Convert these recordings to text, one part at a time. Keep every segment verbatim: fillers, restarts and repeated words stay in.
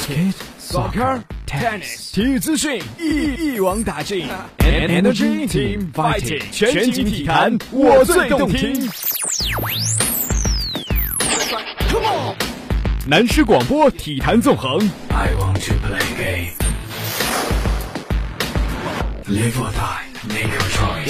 Basket, soccer, tennis， 体育资讯一一网打尽 ，Energy Team Fighting， 全景体坛我最动听。Come on， 南师广播体坛纵横。I want to play game. Live or die, make your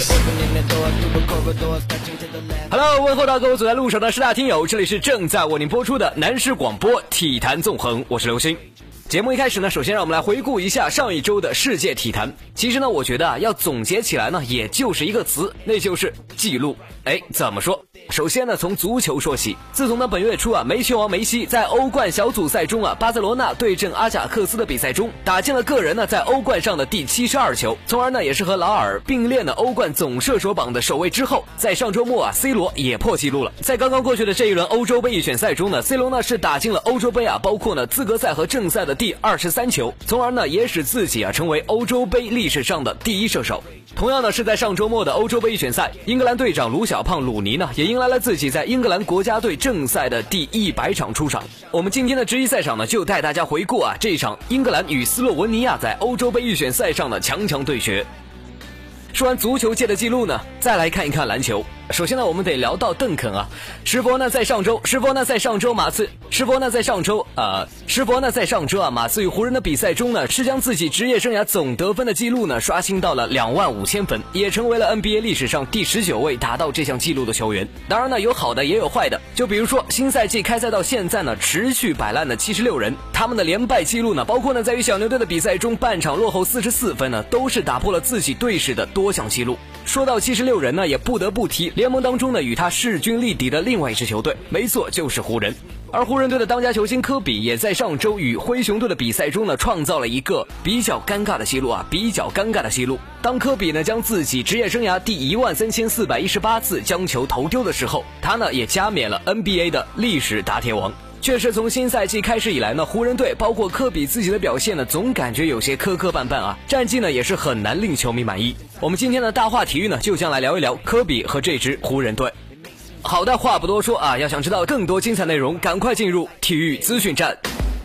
choice。Hello， 问候到各位走在路上的师大听友，这里是正在为您播出的南师广播体坛纵横，我是刘星。节目一开始呢，首先让我们来回顾一下上一周的世界体坛。其实呢，我觉得啊，要总结起来呢，也就是一个词，那就是记录。哎，怎么说？首先呢，从足球说起。自从呢本月初啊，梅球王梅西在欧冠小组赛中啊，巴塞罗那对阵阿贾克斯的比赛中，打进了个人呢在欧冠上的第七十二球，从而呢也是和劳尔并列了欧冠总射手榜的首位之后，在上周末啊 ，C 罗也破纪录了。在刚刚过去的这一轮欧洲杯预选赛中呢 ，C 罗呢是打进了欧洲杯啊，包括呢资格赛和正赛的第二十三球，从而呢也使自己啊成为欧洲杯历史上的第一射手。同样呢是在上周末的欧洲杯预选赛，英格兰队长卢小胖鲁尼呢也迎来了自己在英格兰国家队正赛的第一百场出场。我们今天的直一赛场呢就带大家回顾啊这场英格兰与斯洛文尼亚在欧洲杯预选赛上的强强对决。说完足球界的记录呢，再来看一看篮球。首先呢，我们得聊到邓肯啊，施佛呢在上周，施佛呢在上周马刺，施佛呢在上周，呃，施佛呢在上周啊，马刺与湖人的比赛中呢，是将自己职业生涯总得分的记录呢刷新到了两万五千分，也成为了 N B A 历史上第十九位达到这项记录的球员。当然呢，有好的也有坏的，就比如说新赛季开赛到现在呢，持续摆烂的七十六人，他们的连败记录呢，包括呢在与小牛队的比赛中半场落后四十四分呢，都是打破了自己队史的多项记录。说到七十六人呢，也不得不提联盟当中呢与他势均力敌的另外一支球队，没错，就是湖人。而湖人队的当家球星科比也在上周与灰熊队的比赛中呢，创造了一个比较尴尬的记录啊，比较尴尬的记录。当科比呢将自己职业生涯第一万三千四百一十八次将球投丢的时候，他呢也加冕了 N B A 的历史打铁王。确实，从新赛季开始以来呢，湖人队包括科比自己的表现呢，总感觉有些磕磕绊绊啊，战绩呢也是很难令球迷满意。我们今天的大话体育呢，就将来聊一聊科比和这支湖人队。好的，话不多说啊，要想知道更多精彩内容，赶快进入体育资讯站。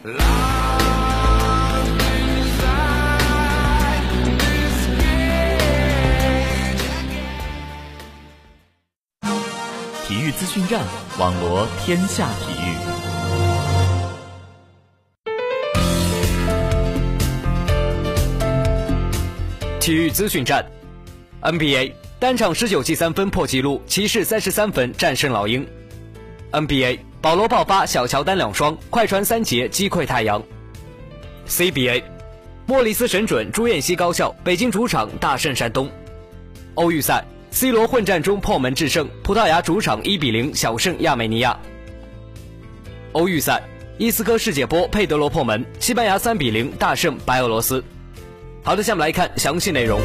体育资讯站，网罗天下体育。 体育资讯站 N B A 单场十九记三分破纪录，骑士三十三分战胜老鹰。 N B A 保罗爆发，小乔丹两双，快船三节击溃太阳。 C B A 莫里斯神准，朱彦西高效，北京主场大胜山东。欧预赛 C 罗混战中破门制胜，葡萄牙主场一比零小胜亚美尼亚。欧预赛伊斯科世界波佩德罗破门，西班牙三比零大胜白俄罗斯。好的，下面来看详细内容。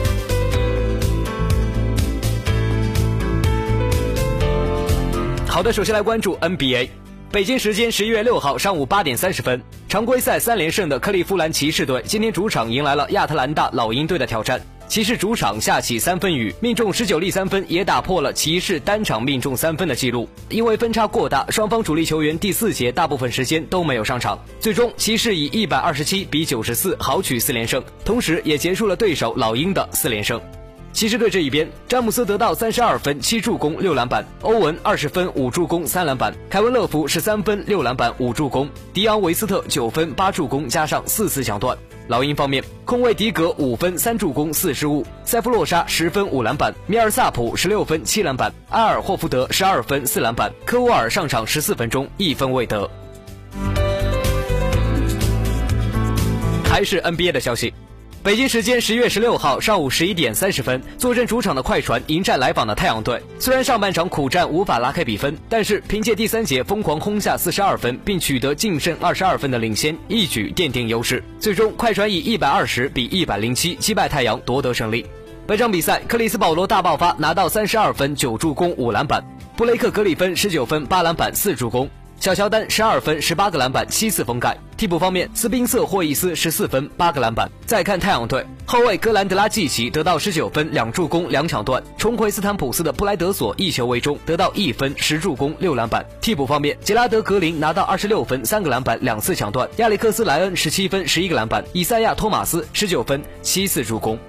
好的，首先来关注 N B A。北京时间十一月六号上午八点三十分，常规赛三连胜的克利夫兰骑士队今天主场迎来了亚特兰大老鹰队的挑战。骑士主场下起三分雨，命中十九粒三分，也打破了骑士单场命中三分的记录。因为分差过大，双方主力球员第四节大部分时间都没有上场，最终骑士以一百二十七比九十四豪取四连胜，同时也结束了对手老鹰的四连胜。骑士队这一边，詹姆斯得到三十二分、七助攻、六篮板；欧文二十分、五助攻、三篮板；凯文勒福十三分、六篮板、五助攻；迪昂维斯特九分、八助攻，加上四次抢断。老鹰方面，控卫迪格五分、三助攻、四失误；塞夫洛沙十分、五篮板；米尔萨普十六分、七篮板；埃尔霍福德十二分、四篮板；科沃尔上场十四分钟，一分未得。还是 N B A 的消息。北京时间十月十六号上午十一点三十分，坐镇主场的快船迎战来访的太阳队。虽然上半场苦战无法拉开比分，但是凭借第三节疯狂轰下四十二分，并取得净胜二十二分的领先，一举奠定优势。最终，快船以一百二十比一百零七击败太阳，夺得胜利。本场比赛，克里斯保罗大爆发，拿到三十二分、九助攻、五篮板；布雷克格里芬十九分、八篮板、四助攻； 小乔丹十二分十八个篮板七次封盖。替补方面，斯宾塞霍伊斯十四分八个篮板。再看太阳队，后卫格兰德拉季奇得到十九分两助攻两抢断，重回斯坦普斯的布莱德索一球为中，得到一分十助攻六篮板。替补方面，杰拉德格林拿到二十六分三个篮板两次抢断，亚历克斯莱恩十七分十一个篮板，以赛亚托马斯十九分七次助攻。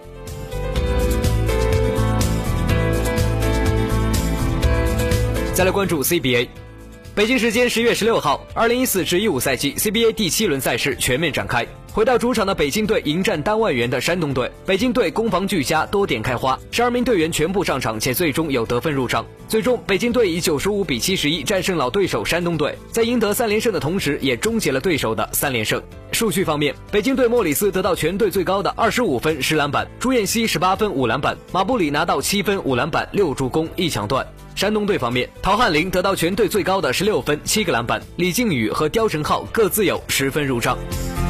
再来关注 C B A。北京时间十月十六号，二零一四至一五赛季 C B A 第七轮赛事全面展开。回到主场的北京队迎战单外援的山东队，北京队攻防俱佳，多点开花，十二名队员全部上场，且最终有得分入账。最终，北京队以九十五比七十一战胜老对手山东队，在赢得三连胜的同时，也终结了对手的三连胜。数据方面，北京队莫里斯得到全队最高的二十五分十篮板，朱彦西十八分五篮板，马布里拿到七分五篮板六助攻一抢断。山东队方面，陶汉林得到全队最高的十六分七个篮板，李靖宇和刁晨浩各自有十分入账。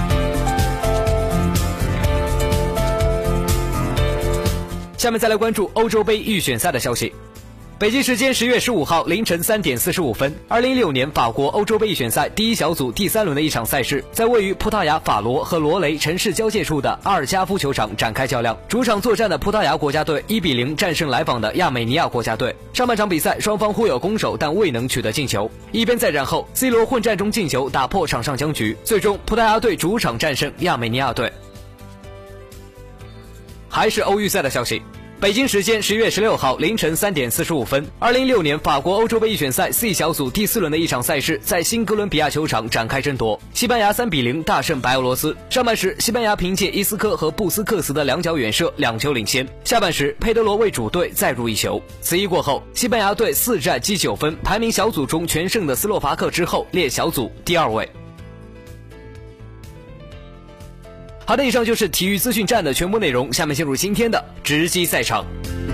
下面再来关注欧洲杯预选赛的消息。北京时间十月十五号凌晨三点四十五分，二零一六年法国欧洲杯预选赛第一小组第三轮的一场赛事，在位于葡萄牙法罗和罗雷城市交界处的阿尔加夫球场展开较量。主场作战的葡萄牙国家队一比零战胜来访的亚美尼亚国家队。上半场比赛双方互有攻守，但未能取得进球。一边再战后 ，C 罗混战中进球打破场上僵局，最终葡萄牙队主场战胜亚美尼亚队。还是欧预赛的消息。北京时间十月十六号凌晨三点四十五分，二零一六年法国欧洲杯预选赛 C 小组第四轮的一场赛事在新哥伦比亚球场展开争夺。西班牙三比零大胜白俄罗斯。上半时，西班牙凭借伊斯科和布斯克茨的两脚远射两球领先。下半时，佩德罗为主队再入一球。此役过后，西班牙队四战积九分，排名小组中全胜的斯洛伐克之后列小组第二位。好的，以上就是体育资讯站的全部内容，下面进入今天的直击赛场。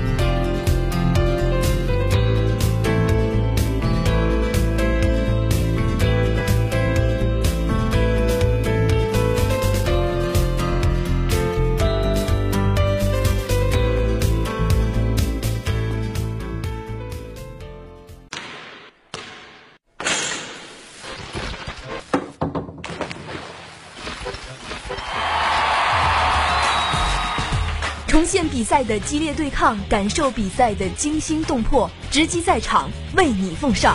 重现比赛的激烈对抗，感受比赛的惊心动魄，直击赛场为你奉上。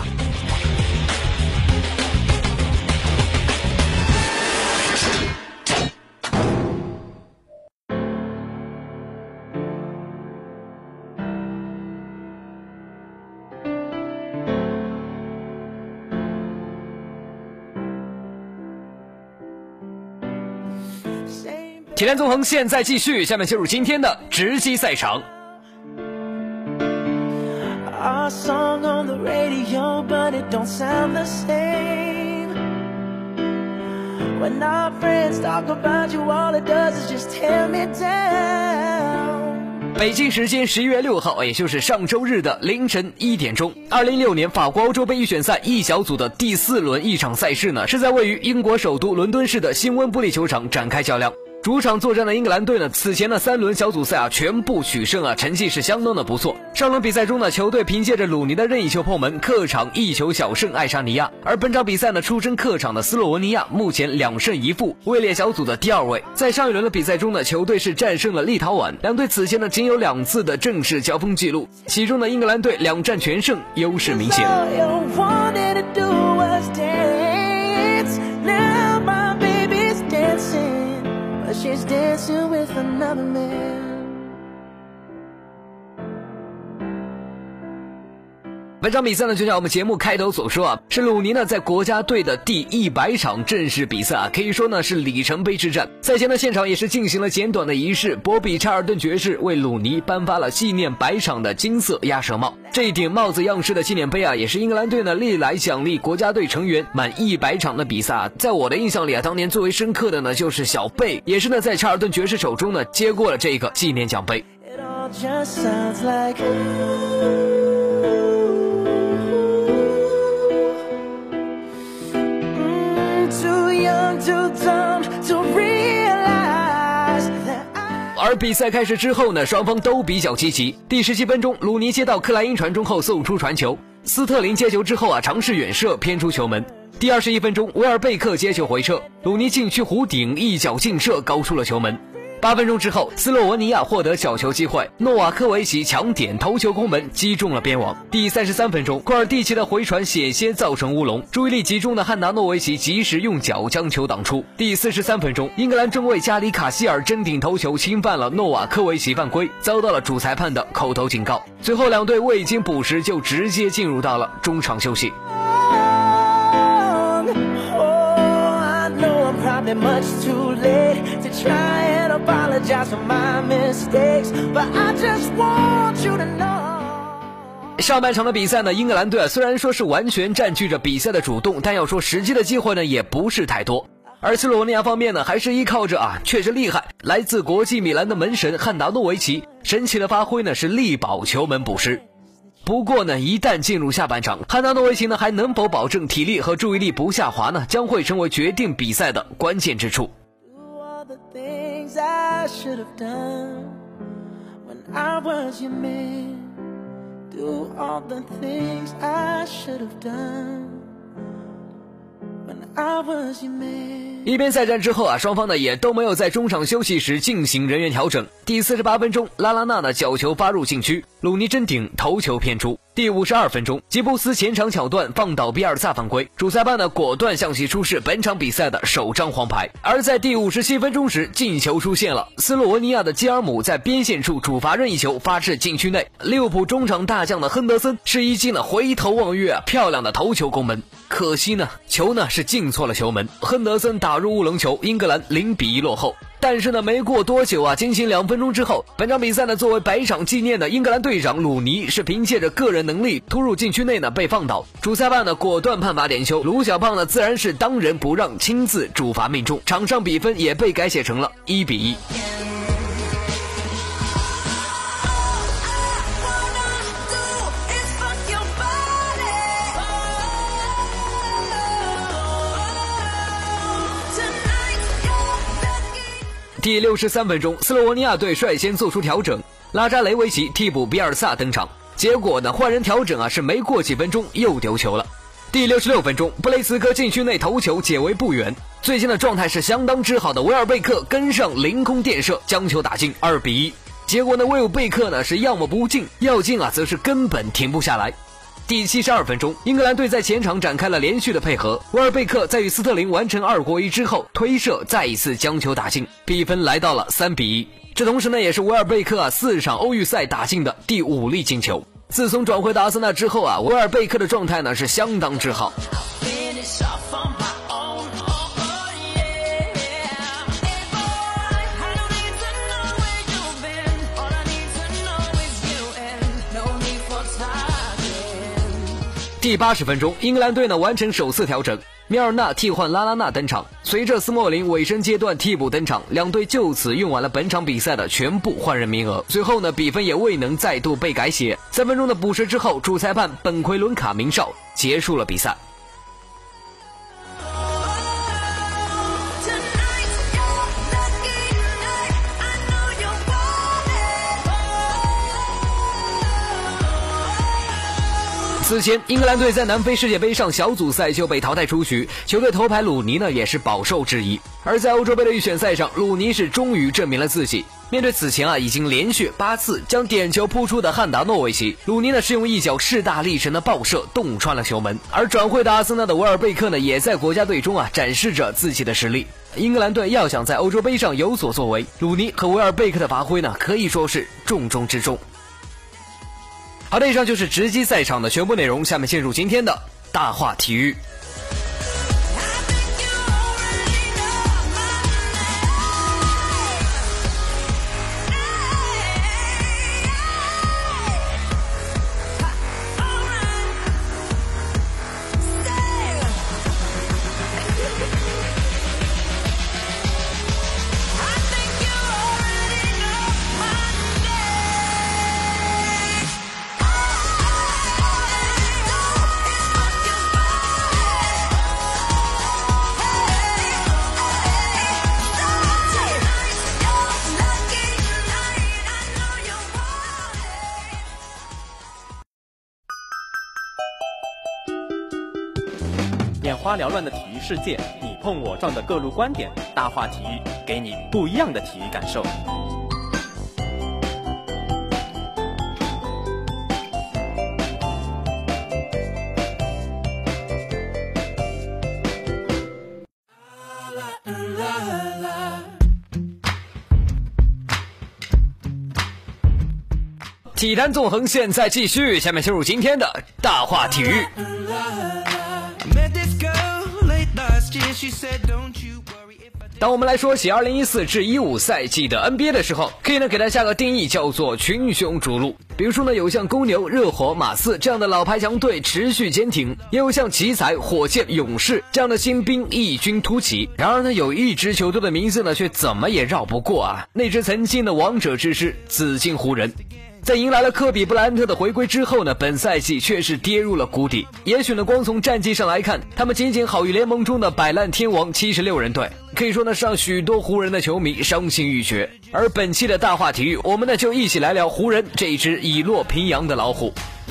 体坛纵横现在继续，下面进入今天的直击赛场。Our song on the radio, but it don't sound the same. When our friends talk about you, all it does is just tear me down. 北京时间十一月六号，也就是上周日的凌晨一点钟，二零一六年法国欧洲杯预选赛 E 小组的第四轮一场赛事呢，是在位于英国首都伦敦市的新温布利球场展开较量。主场作战的英格兰队呢，此前的三轮小组赛啊全部取胜啊，成绩是相当的不错。上轮比赛中呢，球队凭借着鲁尼的任意球破门，客场一球小胜爱沙尼亚。而本场比赛呢，出征客场的斯洛文尼亚目前两胜一负，位列小组的第二位。在上一轮的比赛中呢，球队是战胜了立陶宛，两队此前呢仅有两次的正式交锋记录，其中呢英格兰队两战全胜，优势明显。She's dancing with another man. 本场比赛呢，就像我们节目开头所说啊，是鲁尼呢在国家队的第一百场正式比赛啊，可以说呢是里程碑之战。赛前的现场也是进行了简短的仪式，博比查尔顿爵士为鲁尼颁发了纪念百场的金色鸭舌帽。这一顶帽子样式的纪念碑啊，也是英格兰队呢历来奖励国家队成员满一百场的比赛啊。在我的印象里啊，当年最为深刻的呢就是小贝，也是呢在查尔顿爵士手中呢接过了这个纪念奖杯。It all just sounds like而比赛开始之后呢，双方都比较积极。第十七分钟，鲁尼接到克莱因传中后送出传球， 斯特林接球之后啊，尝试远射偏出球门。第二十一分钟，维尔贝克接球回撤，鲁尼禁区弧顶一脚劲射高出了球门。八分钟之后，斯洛文尼亚获得角球机会，诺瓦科维奇强点头球攻门击中了边网。第三十三分钟，库尔蒂奇的回传险些造成乌龙，注意力集中的汉达诺维奇及时用脚将球挡出。第四十三分钟，英格兰中卫加里卡希尔真顶头球侵犯了诺瓦科维奇犯规，遭到了主裁判的口头警告。最后两队未经补时就直接进入到了中场休息。 Much too late to try and apologize for my mistakes, but I just want you to know. 上半场的比赛呢，英格兰队啊虽然说是完全占据着比赛的主动，但要说实际的机会呢也不是太多。而斯洛文尼亚方面呢，还是依靠着啊确实厉害来自国际米兰的门神汉达诺维奇，神奇的发挥呢是力保球门不失。不过呢，一旦进入下半场，汉达诺维奇呢还能否保证体力和注意力不下滑呢，将会成为决定比赛的关键之处。一边赛战之后啊，双方呢也都没有在中场休息时进行人员调整。第四十八分钟，拉拉纳的角球发入禁区，鲁尼真顶头球偏出。第五十二分钟，吉布斯前场抢断放倒比尔萨犯规，主裁判呢果断向其出示本场比赛的首张黄牌。而在第五十七分钟时，进球出现了，斯洛文尼亚的基尔姆在边线处主罚任意球发至禁区内，利物浦中场大将的亨德森是一记呢回头望月啊漂亮的头球攻门，可惜呢球呢是进错了球门，亨德森打入乌龙球，英格兰零比一落后。但是呢，没过多久啊，仅仅两分钟之后，本场比赛呢，作为百场纪念的英格兰队长鲁尼是凭借着个人能力突入禁区内呢被放倒，主裁判呢果断判罚点球，卢小胖呢自然是当仁不让，亲自主罚命中，场上比分也被改写成了一比一。第六十三分钟，斯洛文尼亚队率先做出调整，拉扎雷维奇替补比尔萨登场，结果呢换人调整啊是没过几分钟又丢球了。第六十六分钟，布雷斯科禁区内头球解围不远，最近的状态是相当之好的维尔贝克跟上凌空电射将球打进二比一。结果呢维尔贝克呢是要么不进，要进啊则是根本停不下来。第七十二分钟，英格兰队在前场展开了连续的配合，维尔贝克在与斯特林完成二过一之后推射再一次将球打进，比分来到了三比一。这同时呢也是维尔贝克啊四场欧预赛打进的第五粒进球。自从转回到阿森纳之后啊，维尔贝克的状态呢是相当之好。第八十分钟，英格兰队呢完成首次调整，米尔纳替换拉拉纳登场。随着斯莫林尾声阶段替补登场，两队就此用完了本场比赛的全部换人名额。最后呢，比分也未能再度被改写。三分钟的补时之后，主裁判本奎伦卡明哨结束了比赛。此前，英格兰队在南非世界杯上小组赛就被淘汰出局，球队头牌鲁尼呢也是饱受质疑。而在欧洲杯的预选赛上，鲁尼是终于证明了自己。面对此前啊已经连续八次将点球扑出的汉达诺维奇，鲁尼呢是用一脚势大力沉的爆射洞穿了球门。而转会的阿森纳的维尔贝克呢也在国家队中啊展示着自己的实力。英格兰队要想在欧洲杯上有所作为，鲁尼和维尔贝克的发挥呢可以说是重中之重。好的，以上就是直击赛场的全部内容，下面进入今天的大话体育。 眼花缭乱的体育世界，你碰我撞的各路观点，大话体育给你不一样的体育感受。 体坛纵横现在继续，下面进入今天的大话体育。当我们来说起二零一四至一五赛季的 N B A 的时候，可以呢给它下个定义，叫做群雄逐鹿。比如说呢，有像公牛、热火、马刺这样的老牌强队持续坚挺，也有像奇才、火箭、勇士这样的新兵异军突起。然而呢，有一支球队的名字呢却怎么也绕不过啊，那支曾经的王者之师紫金湖人。在迎来了科比布莱恩特的回归之后呢，本赛季却是跌入了谷底。也许呢，光从战绩上来看，他们仅仅好于联盟中的摆烂天王七十六人队，可以说呢，让许多湖人的球迷伤心欲绝。而本期的大话体育，我们呢就一起来聊湖人这一只已落平阳的老虎。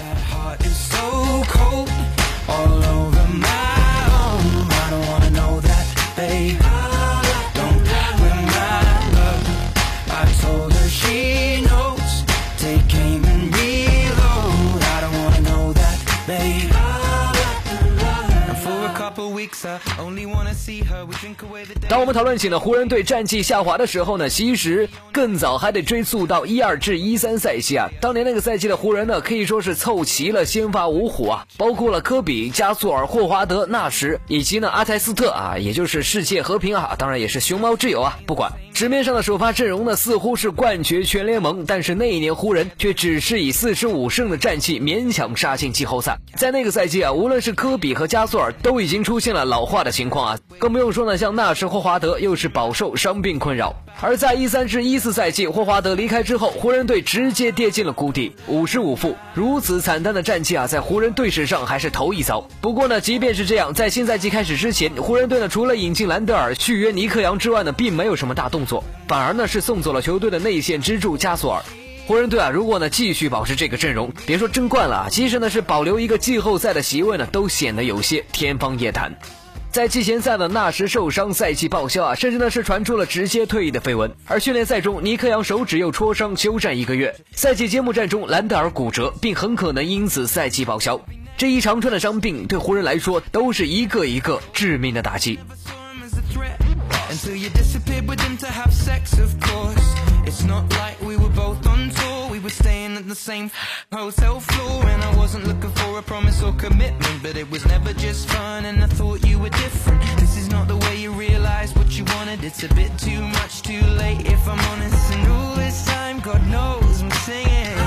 当我们讨论起呢湖人队战绩下滑的时候呢，其实更早还得追溯到一二至一三赛季啊。当年那个赛季的湖人呢，可以说是凑齐了先发五虎啊，包括了科比、加索尔、霍华德、纳什以及呢阿泰斯特啊，也就是世界和平啊，当然也是熊猫之友啊。不管纸面上的首发阵容呢似乎是冠绝全联盟，但是那一年湖人却只是以四十五胜的战绩勉强杀进季后赛。在那个赛季啊，无论是科比和加索尔都已经出现了老化的情况啊，更不用说呢像纳什、霍华德又是饱受伤病困扰。而在一三至一四赛季霍华德离开之后，湖人队直接跌进了谷底，五十五负，如此惨淡的战绩啊，在湖人队史上还是头一遭。不过呢，即便是这样，在新赛季开始之前，湖人队呢除了引进兰德尔、续约尼克杨之外呢，并没有什么大动作，反而呢是送走了球队的内线支柱加索尔。湖人队啊，如果呢继续保持这个阵容，别说争冠了啊，即使呢是保留一个季后赛的席位呢，都显得有些天方夜谭。在季前赛的纳什受伤，赛季报销啊，甚至呢是传出了直接退役的绯闻。而训练赛中，尼克杨手指又戳伤休战一个月。赛季揭幕战中，兰德尔骨折，并很可能因此赛季报销。这一长串的伤病对湖人来说都是一个一个致命的打击。It's not like we were both on tour, we were staying at the same hotel floor, and I wasn't looking for a promise or commitment, but it was never just fun, and I thought you were different. This is not the way you realize what you wanted, it's a bit too much too late if I'm honest, and all this time God knows I'm singing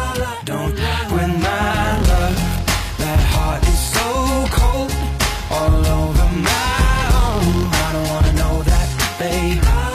Don't win my love, that heart is so cold, all over my own, I don't wanna know that, babe.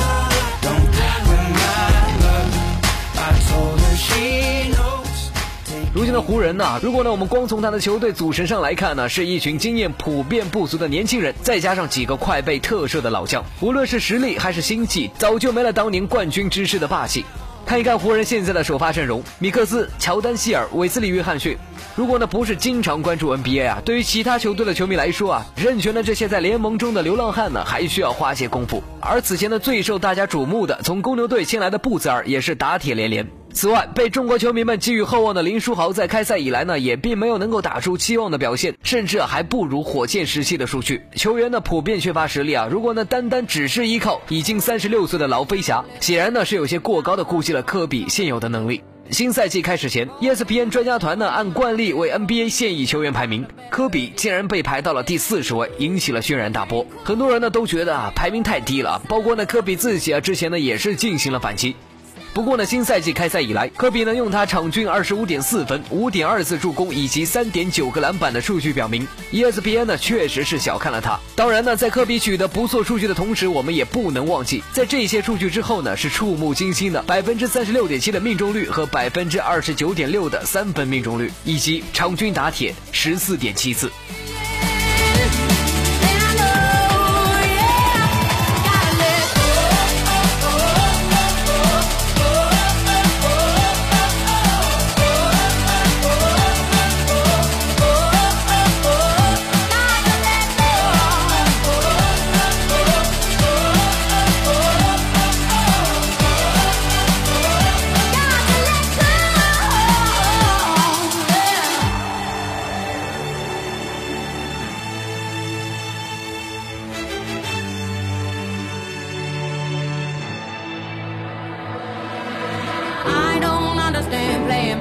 如今的湖人呢，如果呢我们光从他的球队组成上来看呢，是一群经验普遍不足的年轻人，再加上几个快被特赦的老将，无论是实力还是心气，早就没了当年冠军之师的霸气。看一看湖人现在的首发阵容，米克斯、乔丹、希尔、韦斯利·约翰逊。如果呢不是经常关注 N B A 啊，对于其他球队的球迷来说啊，认全的这些在联盟中的流浪汉呢，还需要花些功夫。而此前呢最受大家瞩目的，从公牛队签来的布泽尔也是打铁连连。此外，被中国球迷们寄予厚望的林书豪在开赛以来呢，也并没有能够打出期望的表现，甚至还不如火箭时期的数据。球员呢普遍缺乏实力啊，如果呢单单只是依靠已经三十六岁的老飞侠，显然呢是有些过高的估计了科比现有的能力。新赛季开始前 E S P N 专家团呢按惯例为 N B A 现役球员排名，科比竟然被排到了第四十位，引起了轩然大波。很多人呢都觉得啊排名太低了，包括呢科比自己啊之前呢也是进行了反击。不过呢，新赛季开赛以来，科比呢用他场均 二十五点四分、五点二次助攻以及 三点九个篮板的数据表明 ，E S P N 呢确实是小看了他。当然呢，在科比取得不错数据的同时，我们也不能忘记，在这些数据之后呢，是触目惊心的 百分之三十六点七 的命中率和 百分之二十九点六 的三分命中率，以及场均打铁 十四点七次。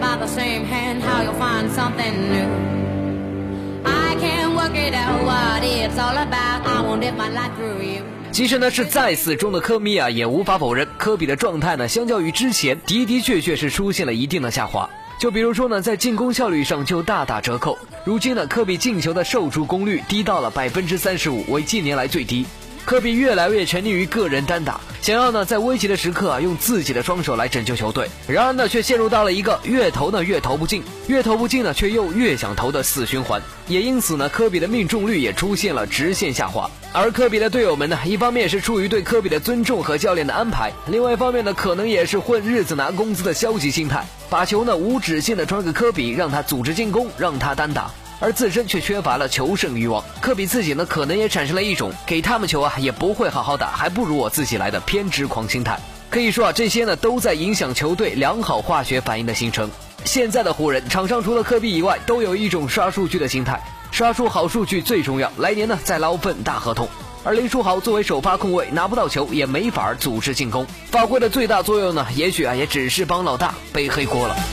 by the same hand, how you'll find something new. I can't work it out what it's all about. I won't live my life through you. 其实呢，是再死中的科米啊，也无法否认科比的状态呢，相较于之前的的确确是出现了一定的下滑。就比如说呢，在进攻效率上就大打折扣。如今呢，科比进球的受助攻率低到了百分之三十五，为近年来最低。科比越来越沉溺于个人单打，想要呢在危急的时刻啊用自己的双手来拯救球队，然而呢却陷入到了一个越投呢越投不进，越投不进呢却又越想投的死循环。也因此呢，科比的命中率也出现了直线下滑。而科比的队友们呢，一方面是出于对科比的尊重和教练的安排，另外一方面呢，可能也是混日子拿工资的消极心态，把球呢无止境的传给科比，让他组织进攻，让他单打。而自身却缺乏了求胜欲望，科比自己呢可能也产生了一种给他们球啊也不会好好打，还不如我自己来的偏执狂心态。可以说啊，这些呢都在影响球队良好化学反应的形成。现在的湖人场上除了科比以外，都有一种刷数据的心态，刷出好数据最重要，来年呢再捞份大合同。而林书豪作为首发控卫，拿不到球也没法组织进攻，发挥的最大作用呢，也许啊也只是帮老大背黑锅了。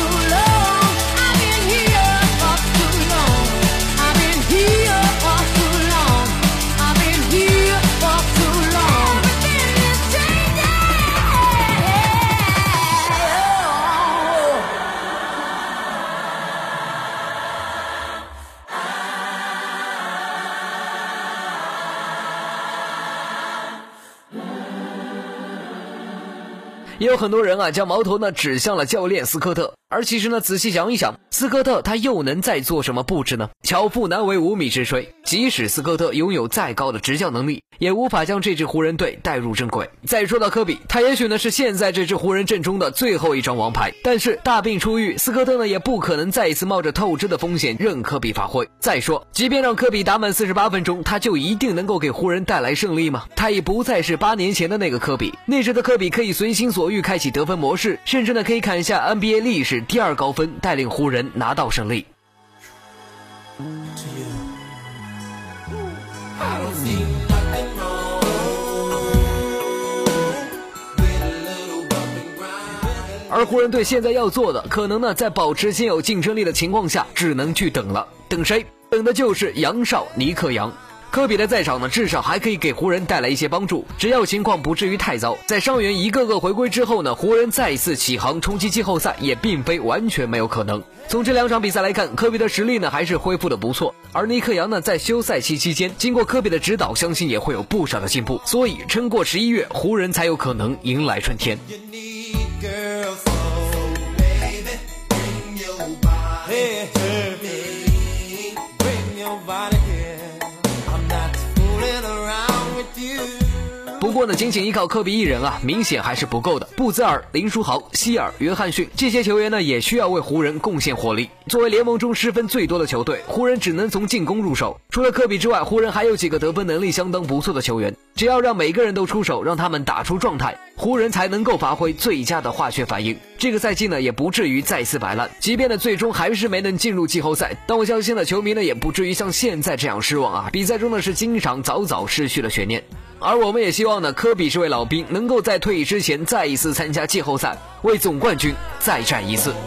也有很多人啊将矛头呢指向了教练斯科特，而其实呢仔细想一想，斯科特他又能再做什么布置呢？巧妇难为无米之炊，即使斯科特拥有再高的执教能力，也无法将这支湖人队带入正轨。再说到科比，他也许呢是现在这支湖人阵中的最后一张王牌，但是大病初愈，斯科特呢也不可能再一次冒着透支的风险任科比发挥。再说，即便让科比打满四十八分钟，他就一定能够给湖人带来胜利吗？他已不再是八年前的那个科比，那时的科比可以随心所欲开启得分模式，甚至呢可以砍下 N B A 历史第二高分，带领湖人拿到胜利。而湖人队现在要做的，可能呢在保持现有竞争力的情况下，只能去等了。等谁？等的就是杨少尼克杨。科比的在场呢，至少还可以给湖人带来一些帮助，只要情况不至于太糟。在伤员一个个回归之后呢，湖人再一次起航冲击季后赛也并非完全没有可能。从这两场比赛来看，科比的实力呢还是恢复的不错，而尼克杨呢在休赛期期间，经过科比的指导，相信也会有不少的进步。所以撑过十一月，湖人才有可能迎来春天。不过呢，仅仅依靠科比一人啊，明显还是不够的。布兹尔、林书豪、希尔、约翰逊这些球员呢，也需要为湖人贡献火力。作为联盟中失分最多的球队，湖人只能从进攻入手。除了科比之外，湖人还有几个得分能力相当不错的球员。只要让每个人都出手，让他们打出状态，湖人才能够发挥最佳的化学反应。这个赛季呢，也不至于再次摆烂。即便呢最终还是没能进入季后赛，但我相信呢球迷呢也不至于像现在这样失望啊。比赛中呢是经常早早失去了悬念。而我们也希望呢，科比这位老兵能够在退役之前再一次参加季后赛，为总冠军再战一次。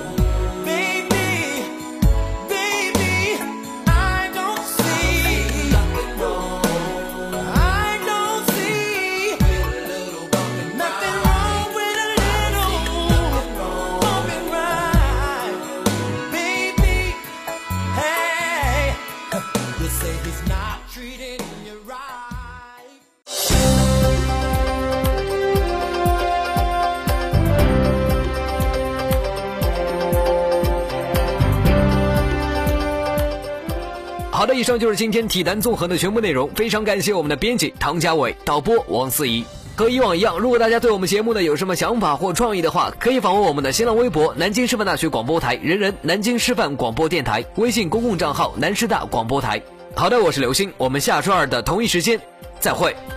好的，以上就是今天体坛纵横的全部内容，非常感谢我们的编辑唐家伟，导播王思怡。和以往一样，如果大家对我们节目呢有什么想法或创意的话，可以访问我们的新浪微博南京师范大学广播台人人南京师范广播电台，微信公共账号南师大广播台。好的，我是刘星，我们下周二的同一时间再会。